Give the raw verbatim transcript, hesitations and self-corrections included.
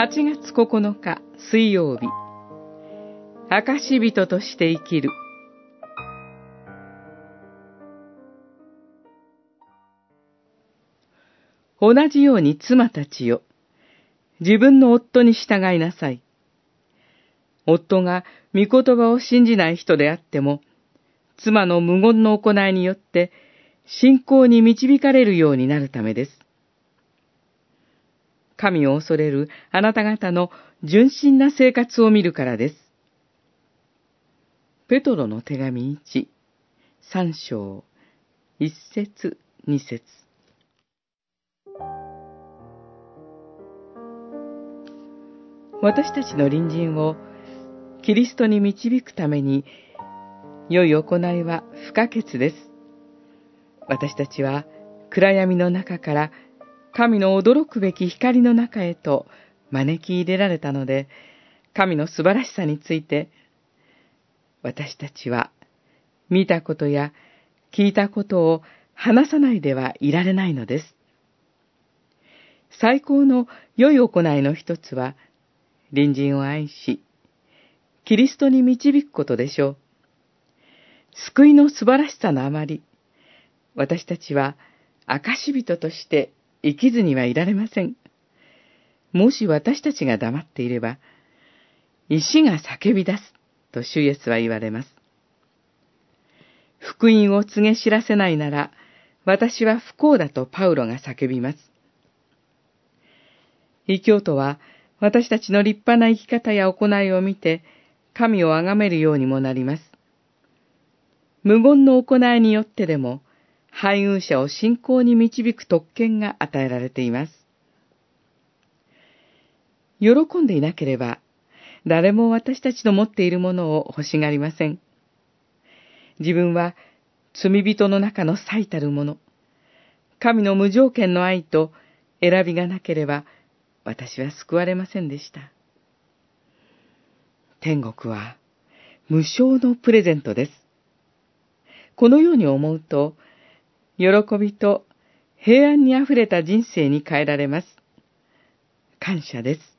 はちがつここのか水曜日、証人として生きる。同じように妻たちよ、自分の夫に従いなさい。夫が御言葉を信じない人であっても、妻の無言の行いによって信仰に導かれるようになるためです。神を恐れるあなた方の純真な生活を見るからです。ペトロの手紙いち、さん章、いっ節、に節。私たちの隣人をキリストに導くために、良い行いは不可欠です。私たちは暗闇の中から神の驚くべき光の中へと招き入れられたので、神の素晴らしさについて、私たちは見たことや聞いたことを話さないではいられないのです。最高の良い行いの一つは、隣人を愛し、キリストに導くことでしょう。救いの素晴らしさのあまり、私たちは証人として生きずにはいられません。もし私たちが黙っていれば、石が叫び出すと主イエスは言われます。福音を告げ知らせないなら、私は不幸だとパウロが叫びます。異教徒は私たちの立派な生き方や行いを見て、神を崇めるようにもなります。無言の行いによってでも、配偶者を信仰に導く特権が与えられています。喜んでいなければ、誰も私たちの持っているものを欲しがりません。自分は罪人の中の最たるもの、神の無条件の愛と選びがなければ、私は救われませんでした。天国は無償のプレゼントです。このように思うと、喜びと平安にあふれた人生に変えられます。感謝です。